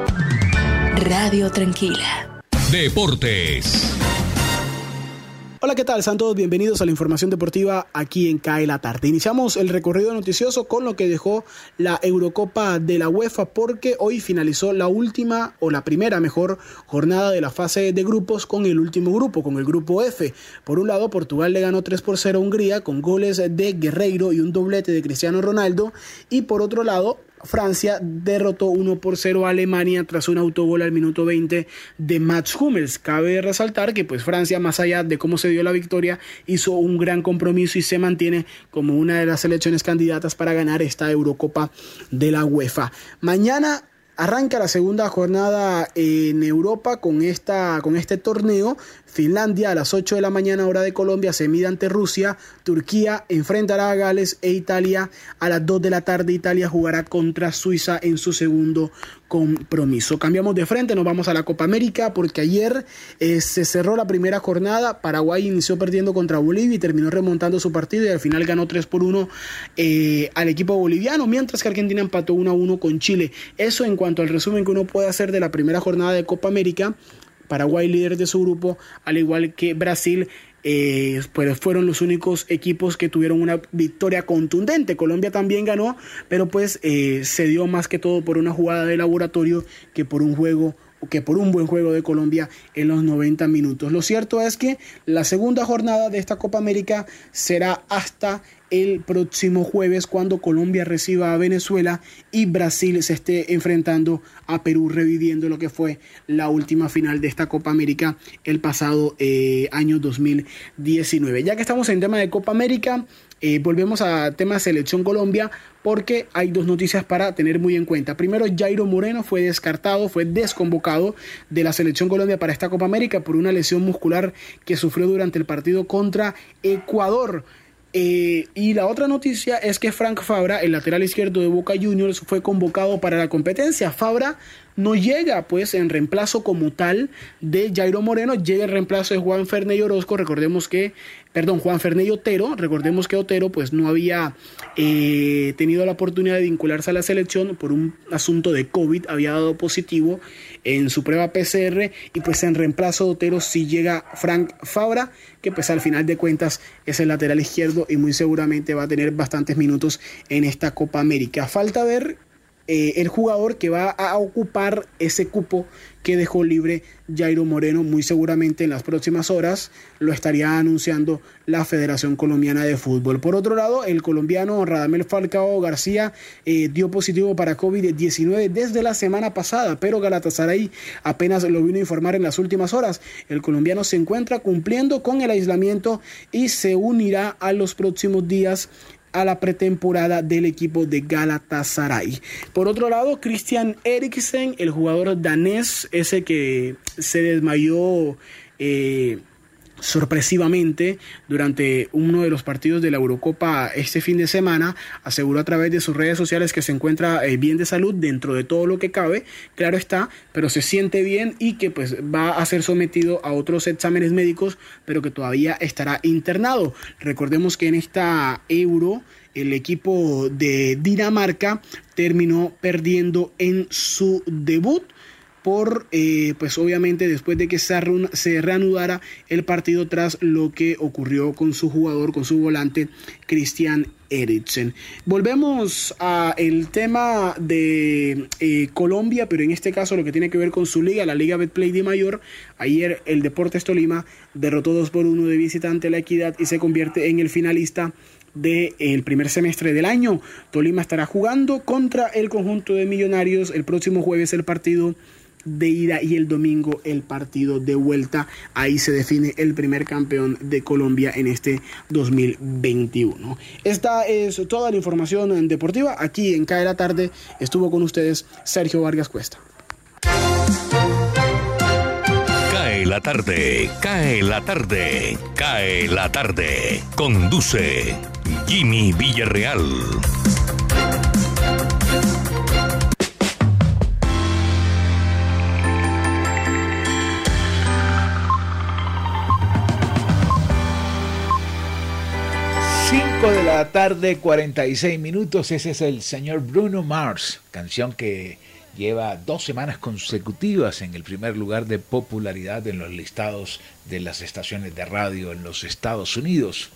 Radio Tranquila. Deportes. Hola, ¿qué tal? Sean todos bienvenidos a la información deportiva aquí en CAE la tarde. Iniciamos el recorrido noticioso con lo que dejó la Eurocopa de la UEFA, porque hoy finalizó la última, o la primera mejor, jornada de la fase de grupos con el último grupo, con el grupo F. Por un lado, Portugal le ganó 3-0 a Hungría con goles de Guerreiro y un doblete de Cristiano Ronaldo, y por otro lado, Francia derrotó 1-0 a Alemania tras un autogol al minuto 20 de Mats Hummels. Cabe resaltar que pues Francia, más allá de cómo se dio la victoria, hizo un gran compromiso y se mantiene como una de las selecciones candidatas para ganar esta Eurocopa de la UEFA. Mañana arranca la segunda jornada en Europa con este torneo. Finlandia a las 8 de la mañana hora de Colombia se mide ante Rusia. Turquía enfrentará a Gales e Italia a las 2 de la tarde. Italia jugará contra Suiza en su segundo compromiso. Cambiamos de frente, nos vamos a la Copa América, porque ayer se cerró la primera jornada. Paraguay inició perdiendo contra Bolivia y terminó remontando su partido y al final ganó 3-1 al equipo boliviano, mientras que Argentina empató 1-1 con Chile. Eso en cuanto al resumen que uno puede hacer de la primera jornada de Copa América. Paraguay líder de su grupo, al igual que Brasil, pues fueron los únicos equipos que tuvieron una victoria contundente. Colombia también ganó, pero pues se dio más que todo por una jugada de laboratorio que por un buen juego de Colombia en los 90 minutos. Lo cierto es que la segunda jornada de esta Copa América será hasta el próximo jueves, cuando Colombia reciba a Venezuela y Brasil se esté enfrentando a Perú, reviviendo lo que fue la última final de esta Copa América el pasado año 2019. Ya que estamos en tema de Copa América, volvemos a tema Selección Colombia, porque hay dos noticias para tener muy en cuenta. Primero, Jairo Moreno fue desconvocado de la Selección Colombia para esta Copa América por una lesión muscular que sufrió durante el partido contra Ecuador. Y la otra noticia es que Frank Fabra, el lateral izquierdo de Boca Juniors, fue convocado para la competencia. Fabra no llega pues en reemplazo como tal de Jairo Moreno, llega en reemplazo de Juan Ferney Otero. Recordemos que Otero pues no había tenido la oportunidad de vincularse a la selección por un asunto de COVID, había dado positivo en su prueba PCR, y pues en reemplazo de Otero sí llega Frank Fabra, que pues al final de cuentas es el lateral izquierdo y muy seguramente va a tener bastantes minutos en esta Copa América. Falta ver el jugador que va a ocupar ese cupo que dejó libre Jairo Moreno. Muy seguramente en las próximas horas lo estaría anunciando la Federación Colombiana de Fútbol. Por otro lado, el colombiano Radamel Falcao García dio positivo para COVID-19 desde la semana pasada, pero Galatasaray apenas lo vino a informar en las últimas horas. El colombiano se encuentra cumpliendo con el aislamiento y se unirá a los próximos días a la pretemporada del equipo de Galatasaray. Por otro lado, Christian Eriksen, el jugador danés, ese que se desmayó sorpresivamente durante uno de los partidos de la Eurocopa este fin de semana, aseguró a través de sus redes sociales que se encuentra bien de salud dentro de todo lo que cabe, claro está, pero se siente bien y que pues va a ser sometido a otros exámenes médicos, pero que todavía estará internado. Recordemos que en esta Euro el equipo de Dinamarca terminó perdiendo en su debut por pues obviamente después de que se reanudara el partido tras lo que ocurrió con su jugador, con su volante Christian Eriksen. Volvemos a el tema de Colombia, pero en este caso lo que tiene que ver con su liga, la Liga Betplay de Mayor. Ayer el Deportes Tolima derrotó 2-1 de visitante a La Equidad y se convierte en el finalista del primer semestre del año. Tolima estará jugando contra el conjunto de Millonarios el próximo jueves, el partido de ida, y el domingo el partido de vuelta. Ahí se define el primer campeón de Colombia en este 2021. Esta es toda la información deportiva. Aquí en CAE la Tarde estuvo con ustedes Sergio Vargas Cuesta. CAE la tarde, CAE la tarde, CAE la tarde. Conduce Jimmy Villarreal. De la tarde, 46 minutos. Ese es el señor Bruno Mars, canción que lleva 2 semanas consecutivas en el primer lugar de popularidad en los listados de las estaciones de radio en los Estados Unidos.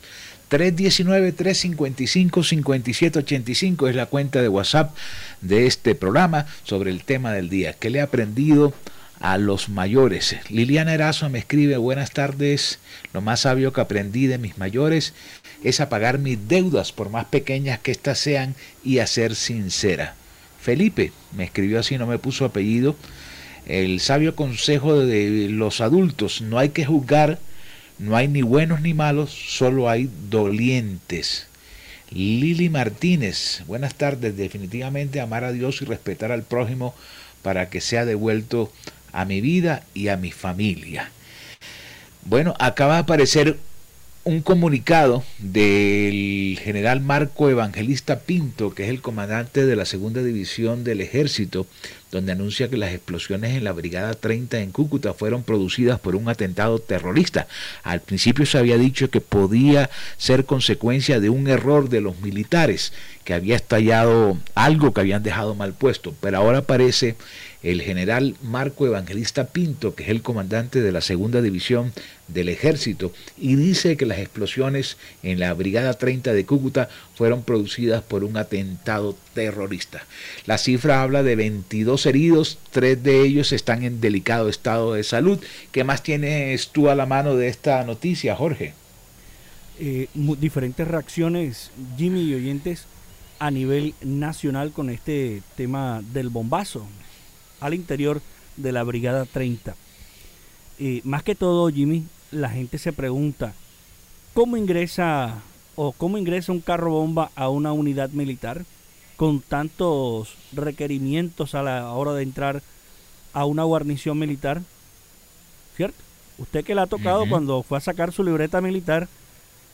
319-355-5785 es la cuenta de WhatsApp de este programa sobre el tema del día. ¿Qué le he aprendido a los mayores? Liliana Erazo me escribe: buenas tardes, lo más sabio que aprendí de mis mayores es a pagar mis deudas, por más pequeñas que éstas sean, y a ser sincera. Felipe me escribió así, no me puso apellido. El sabio consejo de los adultos: no hay que juzgar, no hay ni buenos ni malos, solo hay dolientes. Lili Martínez, buenas tardes, definitivamente amar a Dios y respetar al prójimo para que sea devuelto a mi vida y a mi familia. Bueno, acaba de aparecer un comunicado del general Marco Evangelista Pinto, que es el comandante de la segunda división del ejército, donde anuncia que las explosiones en la Brigada 30 en Cúcuta fueron producidas por un atentado terrorista. Al principio se había dicho que podía ser consecuencia de un error de los militares, que había estallado algo que habían dejado mal puesto, pero ahora aparece el general Marco Evangelista Pinto, que es el comandante de la segunda división del ejército, y dice que las explosiones en la Brigada 30 de Cúcuta fueron producidas por un atentado terrorista. La cifra habla de 22 heridos, 3 de ellos están en delicado estado de salud. ¿Qué más tienes tú a la mano de esta noticia, Jorge? Diferentes reacciones, Jimmy y oyentes, a nivel nacional con este tema del bombazo al interior de la Brigada 30. Más que todo, Jimmy, la gente se pregunta cómo ingresa un carro bomba a una unidad militar con tantos requerimientos a la hora de entrar a una guarnición militar, ¿cierto? Usted que le ha tocado cuando fue a sacar su libreta militar,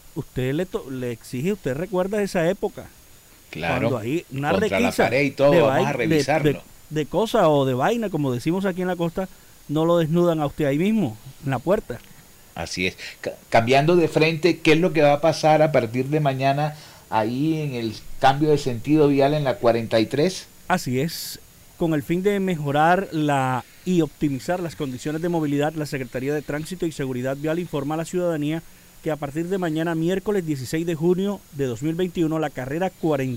usted le exige, usted recuerda esa época. Claro, cuando ahí una contra la requisa pared y todo, de vamos a revisarlo. de cosa o de vaina, como decimos aquí en la costa, no lo desnudan a usted ahí mismo, en la puerta. Así es. Cambiando de frente, ¿qué es lo que va a pasar a partir de mañana ahí en el cambio de sentido vial en la 43? Así es. Con el fin de mejorar y optimizar las condiciones de movilidad, la Secretaría de Tránsito y Seguridad Vial informa a la ciudadanía que a partir de mañana, miércoles 16 de junio de 2021, la carrera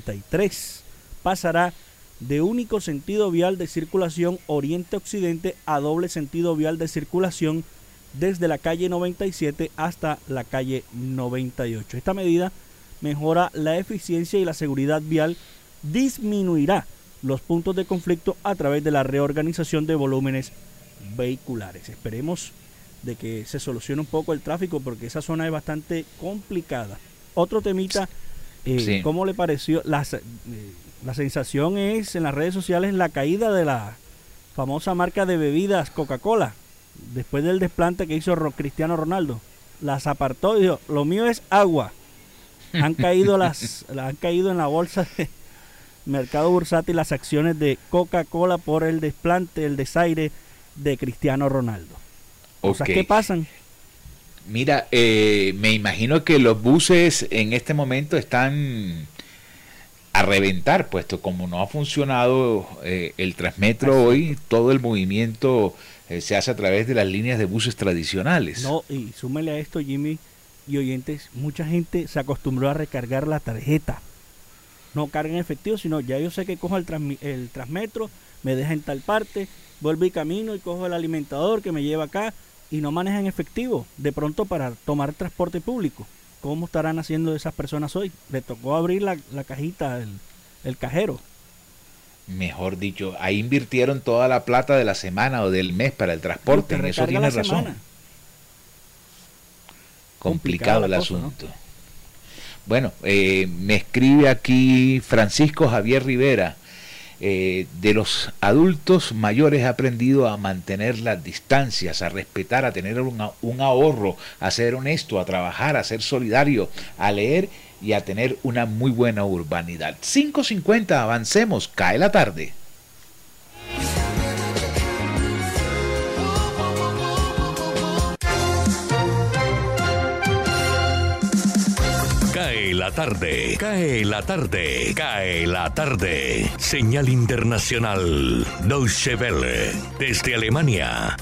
43 pasará de único sentido vial de circulación oriente-occidente a doble sentido vial de circulación desde la calle 97 hasta la calle 98. Esta medida mejora la eficiencia y la seguridad vial, disminuirá los puntos de conflicto a través de la reorganización de volúmenes vehiculares. Esperemos de que se solucione un poco el tráfico porque esa zona es bastante complicada. Otro temita, sí. ¿Cómo le pareció? La sensación es en las redes sociales la caída de la famosa marca de bebidas Coca-Cola después del desplante que hizo Cristiano Ronaldo. Las apartó y dijo, lo mío es agua. Han caído han caído en la bolsa de mercado bursátil las acciones de Coca-Cola por el desplante, el desaire de Cristiano Ronaldo. Cosas que pasan. Mira, me imagino que los buses en este momento están a reventar, puesto como no ha funcionado el Transmetro hoy, todo el movimiento se hace a través de las líneas de buses tradicionales. No, y súmele a esto, Jimmy y oyentes, mucha gente se acostumbró a recargar la tarjeta. No cargan efectivo, sino ya yo sé que cojo el Transmetro, me deja en tal parte, vuelvo y camino y cojo el alimentador que me lleva acá y no manejan efectivo de pronto para tomar transporte público. ¿Cómo estarán haciendo esas personas hoy? Le tocó abrir la cajita, el cajero. Mejor dicho, ahí invirtieron toda la plata de la semana o del mes para el transporte, en eso tiene razón. Complicado el asunto, ¿no? Bueno, me escribe aquí Francisco Javier Rivera, de los adultos mayores he aprendido a mantener las distancias, a respetar, a tener un ahorro, a ser honesto, a trabajar, a ser solidario, a leer y a tener una muy buena urbanidad. 5:50, avancemos, cae la tarde. Cae la tarde, cae la tarde, cae la tarde. Señal internacional, Deutsche Welle, desde Alemania.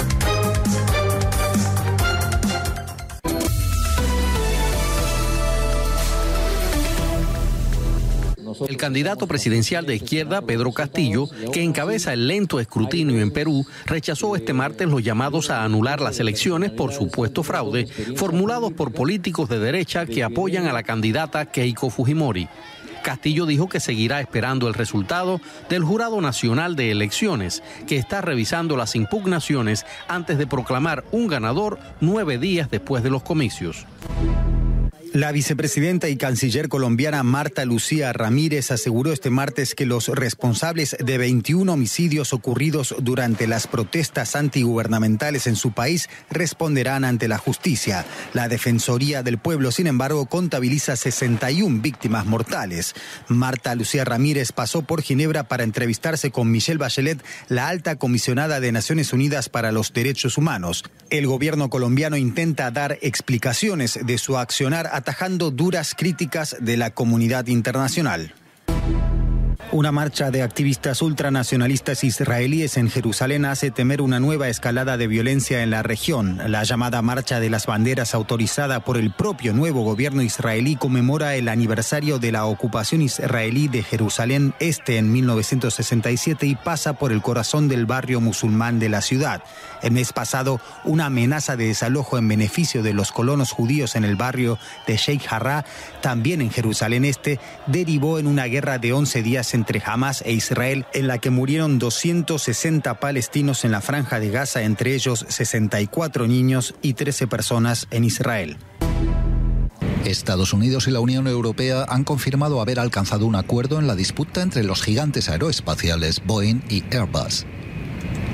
El candidato presidencial de izquierda, Pedro Castillo, que encabeza el lento escrutinio en Perú, rechazó este martes los llamados a anular las elecciones por supuesto fraude, formulados por políticos de derecha que apoyan a la candidata Keiko Fujimori. Castillo dijo que seguirá esperando el resultado del Jurado Nacional de Elecciones, que está revisando las impugnaciones antes de proclamar un ganador 9 días después de los comicios. La vicepresidenta y canciller colombiana Marta Lucía Ramírez aseguró este martes que los responsables de 21 homicidios ocurridos durante las protestas antigubernamentales en su país responderán ante la justicia. La Defensoría del Pueblo, sin embargo, contabiliza 61 víctimas mortales. Marta Lucía Ramírez pasó por Ginebra para entrevistarse con Michelle Bachelet, la alta comisionada de Naciones Unidas para los Derechos Humanos. El gobierno colombiano intenta dar explicaciones de su accionar atajando duras críticas de la comunidad internacional. Una marcha de activistas ultranacionalistas israelíes en Jerusalén hace temer una nueva escalada de violencia en la región. La llamada Marcha de las Banderas, autorizada por el propio nuevo gobierno israelí, conmemora el aniversario de la ocupación israelí de Jerusalén Este en 1967 y pasa por el corazón del barrio musulmán de la ciudad. El mes pasado, una amenaza de desalojo en beneficio de los colonos judíos en el barrio de Sheikh Jarrah, también en Jerusalén Este, derivó en una guerra de 11 días entre Hamas e Israel, en la que murieron 260 palestinos en la franja de Gaza, entre ellos 64 niños y 13 personas en Israel. Estados Unidos y la Unión Europea han confirmado haber alcanzado un acuerdo en la disputa entre los gigantes aeroespaciales Boeing y Airbus.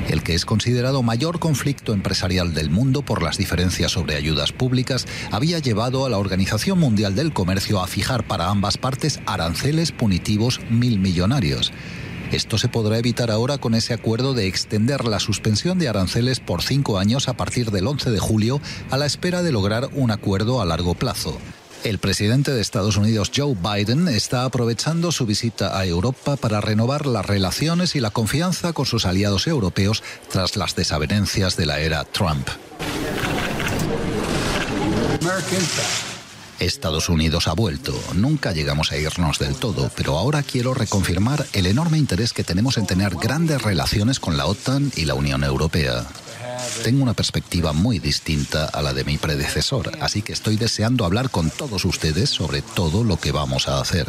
El que es considerado mayor conflicto empresarial del mundo por las diferencias sobre ayudas públicas había llevado a la Organización Mundial del Comercio a fijar para ambas partes aranceles punitivos milmillonarios. Esto se podrá evitar ahora con ese acuerdo de extender la suspensión de aranceles por 5 años a partir del 11 de julio a la espera de lograr un acuerdo a largo plazo. El presidente de Estados Unidos, Joe Biden, está aprovechando su visita a Europa para renovar las relaciones y la confianza con sus aliados europeos tras las desavenencias de la era Trump. Estados Unidos ha vuelto. Nunca llegamos a irnos del todo, pero ahora quiero reconfirmar el enorme interés que tenemos en tener grandes relaciones con la OTAN y la Unión Europea. Tengo una perspectiva muy distinta a la de mi predecesor, así que estoy deseando hablar con todos ustedes sobre todo lo que vamos a hacer.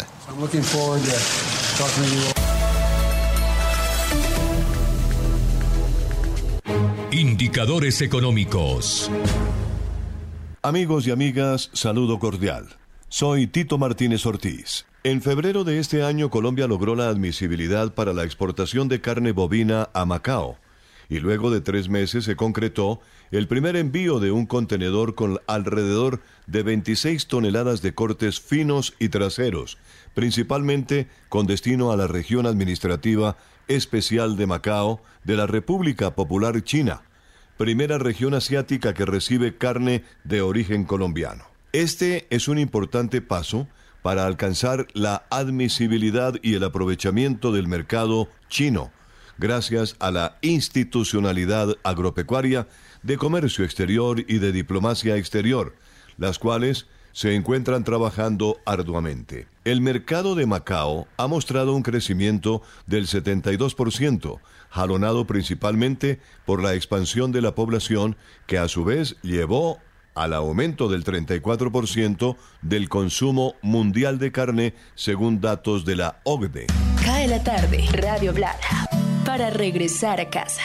Indicadores económicos. Amigos y amigas, saludo cordial. Soy Tito Martínez Ortiz. En febrero de este año, Colombia logró la admisibilidad para la exportación de carne bovina a Macao. Y luego de 3 meses se concretó el primer envío de un contenedor con alrededor de 26 toneladas de cortes finos y traseros, principalmente con destino a la región administrativa especial de Macao de la República Popular China, primera región asiática que recibe carne de origen colombiano. Este es un importante paso para alcanzar la admisibilidad y el aprovechamiento del mercado chino, gracias a la institucionalidad agropecuaria, de comercio exterior y de diplomacia exterior, las cuales se encuentran trabajando arduamente. El mercado de Macao ha mostrado un crecimiento del 72%, jalonado principalmente por la expansión de la población, que a su vez llevó al aumento del 34% del consumo mundial de carne, según datos de la OCDE. Cae la tarde, Radio Blada, para regresar a casa.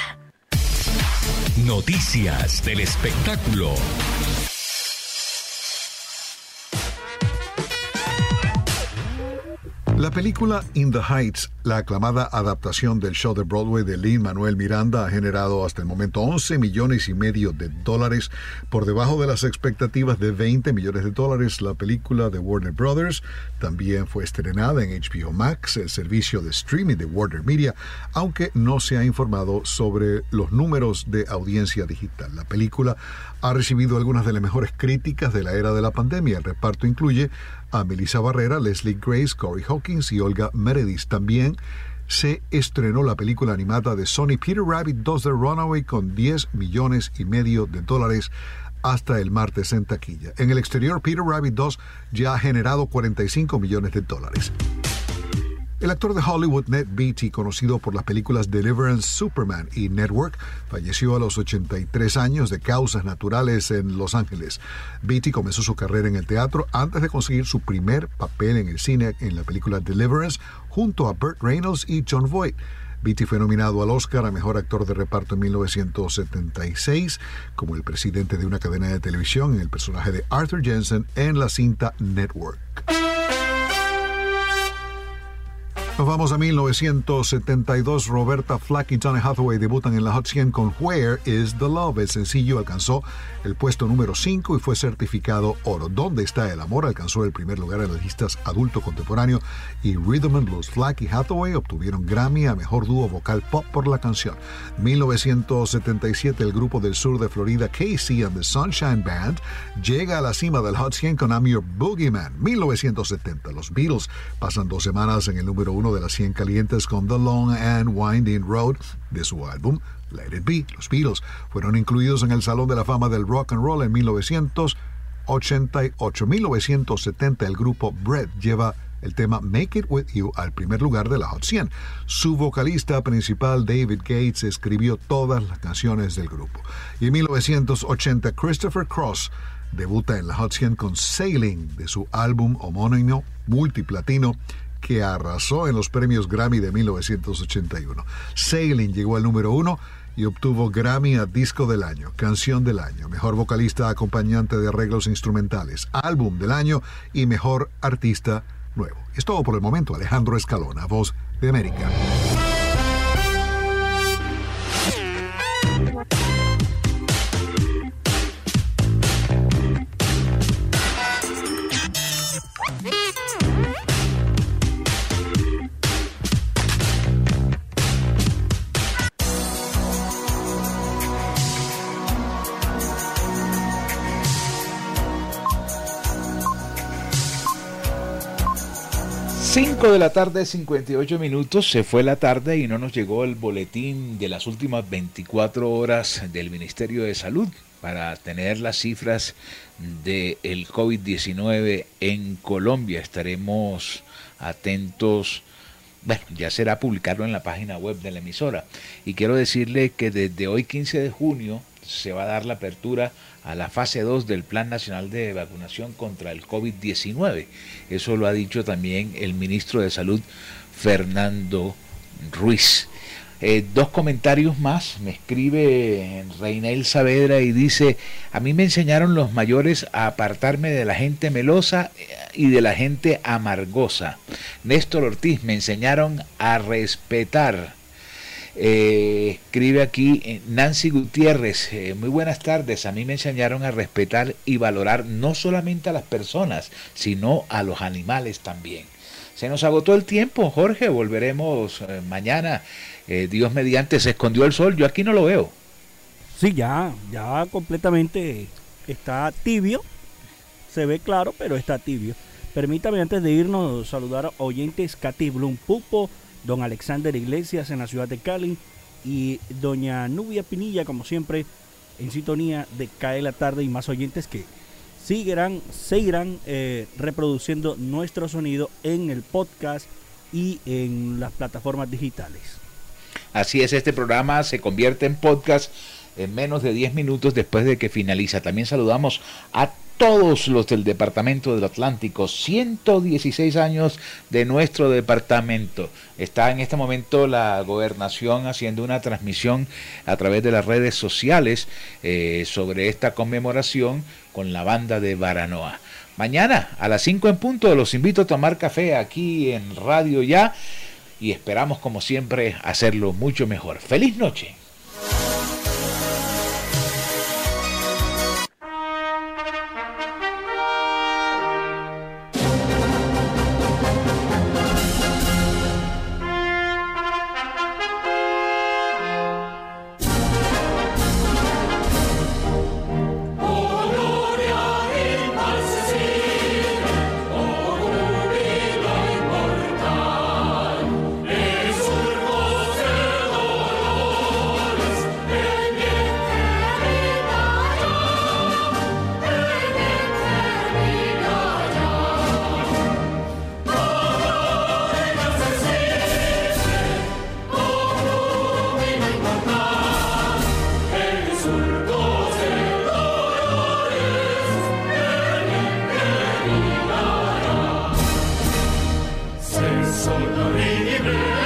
Noticias del espectáculo. La película In the Heights, la aclamada adaptación del show de Broadway de Lin-Manuel Miranda, ha generado hasta el momento $11.5 millones, por debajo de las expectativas de $20 millones. La película de Warner Brothers también fue estrenada en HBO Max, el servicio de streaming de Warner Media, aunque no se ha informado sobre los números de audiencia digital. La película ha recibido algunas de las mejores críticas de la era de la pandemia. El reparto incluye a Melissa Barrera, Leslie Grace, Corey Hawkins y Olga Meredith. También se estrenó la película animada de Sony Peter Rabbit 2 The Runaway con $10.5 millones hasta el martes en taquilla. En el exterior, Peter Rabbit 2 ya ha generado $45 millones. El actor de Hollywood Ned Beatty, conocido por las películas Deliverance, Superman y Network, falleció a los 83 años de causas naturales en Los Ángeles. Beatty comenzó su carrera en el teatro antes de conseguir su primer papel en el cine en la película Deliverance junto a Burt Reynolds y Jon Voight. Beatty fue nominado al Oscar a Mejor Actor de Reparto en 1976 como el presidente de una cadena de televisión en el personaje de Arthur Jensen en la cinta Network. Nos vamos a 1972. Roberta Flack y Donny Hathaway debutan en la Hot 100 con Where is the Love. El sencillo alcanzó el puesto número 5 y fue certificado oro. ¿Dónde está el amor? Alcanzó el primer lugar en las listas adulto contemporáneo y Rhythm and Blues. Flack y Hathaway obtuvieron Grammy a Mejor Dúo Vocal Pop por la canción. 1977, el grupo del sur de Florida, Casey and the Sunshine Band, llega a la cima del Hot 100 con I'm Your Boogeyman. 1970, los Beatles pasan 2 semanas en el número 1 de las 100 calientes con The Long and Winding Road de su álbum Let It Be. Los Beatles fueron incluidos en el Salón de la Fama del Rock and Roll en 1988. 1970, el grupo Bread lleva el tema Make It With You al primer lugar de la Hot 100. Su vocalista principal, David Gates, escribió todas las canciones del grupo. Y en 1980, Christopher Cross debuta en la Hot 100 con Sailing de su álbum homónimo multiplatino que arrasó en los premios Grammy de 1981. Sailing llegó al número 1 y obtuvo Grammy a Disco del Año, Canción del Año, Mejor Vocalista Acompañante de Arreglos Instrumentales, Álbum del Año y Mejor Artista Nuevo. Es todo por el momento. Alejandro Escalona, Voz de América. 5 de la tarde, 58 minutos, se fue la tarde y no nos llegó el boletín de las últimas 24 horas del Ministerio de Salud para tener las cifras del COVID-19 en Colombia. Estaremos atentos, bueno, ya será publicarlo en la página web de la emisora. Y quiero decirle que desde hoy 15 de junio se va a dar la apertura a la fase 2 del Plan Nacional de Vacunación contra el COVID-19. Eso lo ha dicho también el ministro de Salud, Fernando Ruiz. Dos comentarios más. Me escribe Reinel Saavedra y dice: a mí me enseñaron los mayores a apartarme de la gente melosa y de la gente amargosa. Néstor Ortiz: me enseñaron a respetar. Escribe aquí Nancy Gutiérrez: muy buenas tardes, a mí me enseñaron a respetar y valorar no solamente a las personas, sino a los animales también. Se nos agotó el tiempo, Jorge, volveremos mañana, Dios mediante. Se escondió el sol, yo aquí no lo veo. Sí, ya completamente está tibio, se ve claro, pero está tibio. Permítame antes de irnos saludar a oyentes: Katy Blum Pupo, don Alexander Iglesias en la ciudad de Cali y doña Nubia Pinilla, como siempre, en sintonía de Cae la Tarde, y más oyentes que seguirán reproduciendo nuestro sonido en el podcast y en las plataformas digitales. Así es, este programa se convierte en podcast en menos de 10 minutos después de que finaliza. También saludamos a todos los del Departamento del Atlántico, 116 años de nuestro departamento. Está en este momento la gobernación haciendo una transmisión a través de las redes sociales sobre esta conmemoración con la banda de Baranoa. Mañana a las 5 en punto los invito a tomar café aquí en Radio Ya y esperamos, como siempre, hacerlo mucho mejor. ¡Feliz noche! Sono libre